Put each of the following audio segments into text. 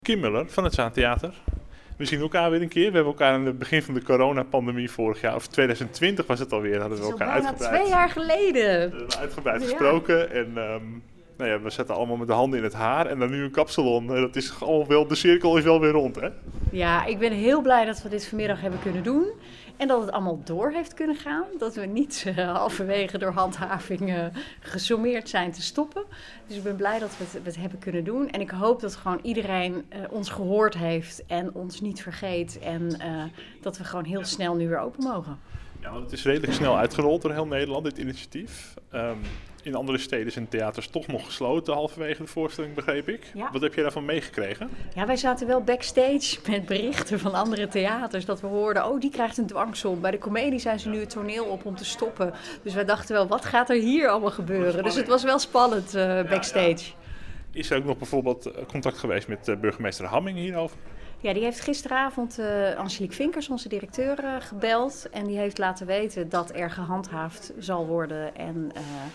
Kim Muller van het Zaantheater. We zien elkaar weer een keer. We hebben elkaar in het begin van de coronapandemie vorig jaar, of 2020 was het alweer, hadden we elkaar uitgebreid. 2 jaar geleden. Uitgebreid gesproken en we zaten allemaal met de handen in het haar en dan nu een kapsalon. Dat is al wel, de cirkel is wel weer rond, hè? Ja, ik ben heel blij dat we dit vanmiddag hebben kunnen doen. En dat het allemaal door heeft kunnen gaan. Dat we niet halverwege door handhaving gesommeerd zijn te stoppen. Dus ik ben blij dat we het hebben kunnen doen. En ik hoop dat gewoon iedereen ons gehoord heeft en ons niet vergeet. En dat we gewoon heel snel nu weer open mogen. Ja, want het is redelijk snel uitgerold door heel Nederland, dit initiatief. In andere steden zijn theaters toch nog gesloten halverwege de voorstelling, begreep ik. Ja. Wat heb je daarvan meegekregen? Ja, wij zaten wel backstage met berichten van andere theaters. Dat we hoorden, die krijgt een dwangsom. Bij de Comedie zijn ze nu het toneel op om te stoppen. Dus wij dachten wel, wat gaat er hier allemaal gebeuren? Dus het was wel spannend backstage. Ja. Is er ook nog bijvoorbeeld contact geweest met burgemeester Hamming hierover? Ja, die heeft gisteravond Angelique Vinkers, onze directeur, gebeld. En die heeft laten weten dat er gehandhaafd zal worden. En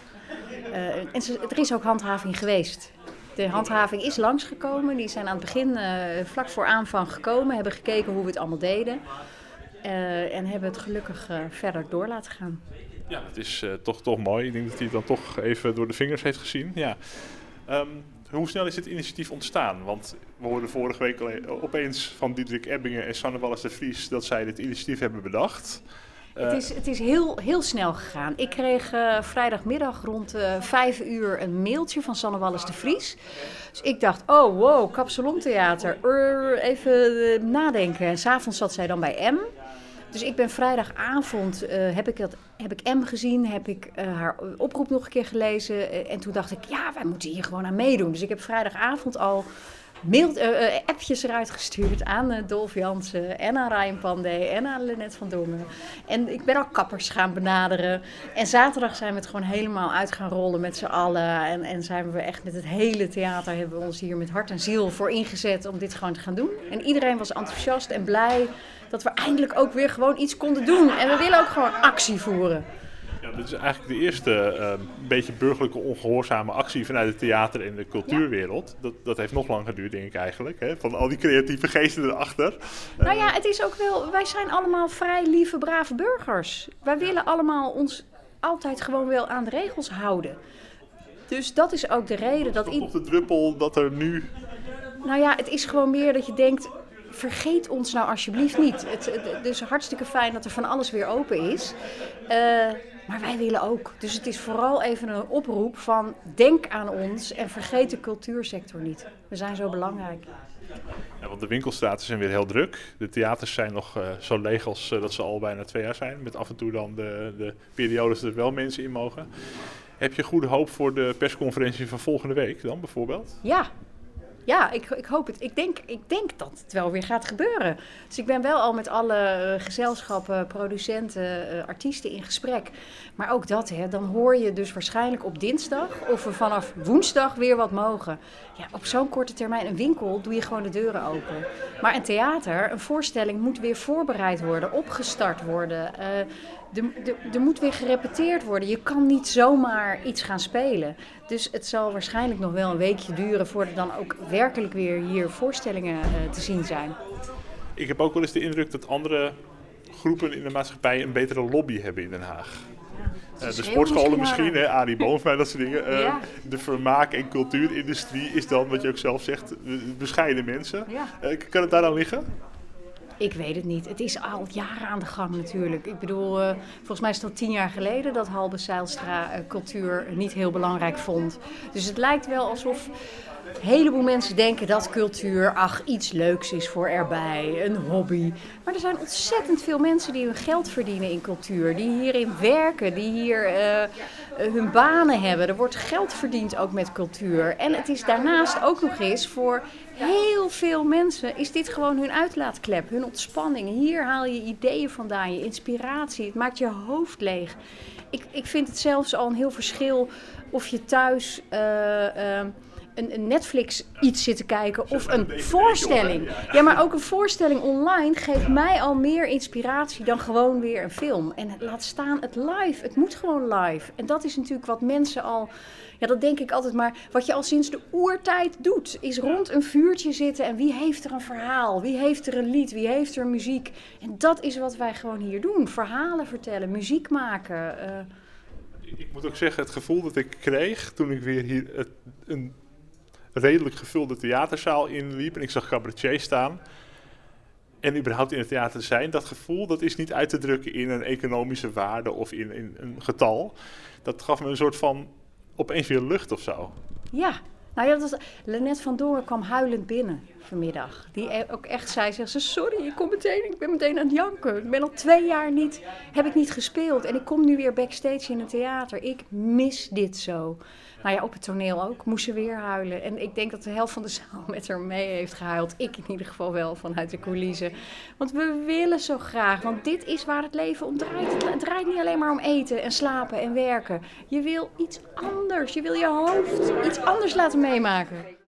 er is ook handhaving geweest. De handhaving is langsgekomen. Die zijn aan het begin, vlak voor aanvang gekomen. Hebben gekeken hoe we het allemaal deden. En hebben het gelukkig verder door laten gaan. Ja, het is toch mooi. Ik denk dat hij het dan toch even door de vingers heeft gezien. Ja. Hoe snel is dit initiatief ontstaan? Want we hoorden vorige week opeens van Diederik Ebbingen en Sanne Wallis de Vries dat zij dit initiatief hebben bedacht. Het is heel snel gegaan. Ik kreeg vrijdagmiddag rond 5 uur een mailtje van Sanne Wallis de Vries. Dus ik dacht, wow, Kapsalontheater, even nadenken. En 's avonds zat zij dan bij M. Dus ik ben vrijdagavond, heb ik M gezien, heb ik haar oproep nog een keer gelezen. En toen dacht ik, ja, wij moeten hier gewoon aan meedoen. Dus ik heb vrijdagavond al appjes eruit gestuurd aan Dolf Jansen en aan Ryan Pandey en aan Lennet van Dongen. En ik ben al kappers gaan benaderen. En zaterdag zijn we het gewoon helemaal uit gaan rollen met z'n allen. En zijn we echt met het hele theater, hebben we ons hier met hart en ziel voor ingezet om dit gewoon te gaan doen. En iedereen was enthousiast en blij dat we eindelijk ook weer gewoon iets konden doen. En we willen ook gewoon actie voeren. Ja, dit is eigenlijk de eerste beetje burgerlijke ongehoorzame actie vanuit het theater en de cultuurwereld. Ja. Dat heeft nog lang geduurd, denk ik eigenlijk. Hè? Van al die creatieve geesten erachter. Nou ja, het is ook wel, wij zijn allemaal vrij lieve, brave burgers. Wij willen allemaal ons altijd gewoon wel aan de regels houden. Dus dat is ook de reden dat... Op de druppel dat er nu... Nou ja, het is gewoon meer dat je denkt... Vergeet ons nou alsjeblieft niet. Het is hartstikke fijn dat er van alles weer open is. Maar wij willen ook. Dus het is vooral even een oproep van denk aan ons en vergeet de cultuursector niet. We zijn zo belangrijk. Ja, want de winkelstraten zijn weer heel druk. De theaters zijn nog zo leeg als dat ze al bijna 2 jaar zijn. Met af en toe dan de periodes dat er wel mensen in mogen. Heb je goede hoop voor de persconferentie van volgende week dan bijvoorbeeld? Ja, ik hoop het. Ik denk dat het wel weer gaat gebeuren. Dus ik ben wel al met alle gezelschappen, producenten, artiesten in gesprek. Maar ook dat, dan hoor je dus waarschijnlijk op dinsdag of we vanaf woensdag weer wat mogen. Ja, op zo'n korte termijn, een winkel, doe je gewoon de deuren open. Maar een theater, een voorstelling moet weer voorbereid worden, opgestart worden. Er moet weer gerepeteerd worden. Je kan niet zomaar iets gaan spelen. Dus het zal waarschijnlijk nog wel een weekje duren voordat er dan ook werkelijk weer hier voorstellingen te zien zijn. Ik heb ook wel eens de indruk dat andere groepen in de maatschappij een betere lobby hebben in Den Haag. De sportscholen misschien, Arie Boomsma, dat soort dingen. Ja. De vermaak- en cultuurindustrie is dan, wat je ook zelf zegt, bescheiden mensen. Ja. Kan het daaraan liggen? Ik weet het niet. Het is al jaren aan de gang natuurlijk. Ik bedoel, volgens mij is het al 10 jaar geleden dat Halbe Zijlstra cultuur niet heel belangrijk vond. Dus het lijkt wel alsof een heleboel mensen denken dat cultuur, iets leuks is voor erbij, een hobby. Maar er zijn ontzettend veel mensen die hun geld verdienen in cultuur, die hierin werken, die hier hun banen hebben. Er wordt geld verdiend ook met cultuur. En het is daarnaast ook nog eens voor heel veel mensen is dit gewoon hun uitlaatklep, hun ontspanning. Hier haal je ideeën vandaan, je inspiratie. Het maakt je hoofd leeg. Ik vind het zelfs al een heel verschil of je thuis een Netflix iets zit te kijken of een voorstelling. Ja, maar ook een voorstelling online geeft mij al meer inspiratie dan gewoon weer een film. En laat staan het live. Het moet gewoon live. En dat is natuurlijk wat mensen al... Ja, dat denk ik altijd maar. Wat je al sinds de oertijd doet, is rond een vuurtje zitten. En wie heeft er een verhaal? Wie heeft er een lied? Wie heeft er muziek? En dat is wat wij gewoon hier doen. Verhalen vertellen, muziek maken. Ik moet ook zeggen, het gevoel dat ik kreeg toen ik weer hier een redelijk gevulde theaterzaal inliep en ik zag cabaretiers staan en überhaupt in het theater zijn, dat gevoel dat is niet uit te drukken in een economische waarde of in een getal. Dat gaf me een soort van opeens weer lucht of zo. Ja, nou ja, Lennet van Dongen kwam huilend binnen vanmiddag. Die ook echt zei, sorry, ik ben meteen aan het janken. Ik ben al 2 jaar heb ik niet gespeeld en ik kom nu weer backstage in het theater. Ik mis dit zo. Nou ja, op het toneel ook. Moest ze weer huilen. En ik denk dat de helft van de zaal met haar mee heeft gehuild. Ik in ieder geval wel, vanuit de coulissen. Want we willen zo graag. Want dit is waar het leven om draait. Het draait niet alleen maar om eten en slapen en werken. Je wil iets anders. Je wil je hoofd iets anders laten meemaken.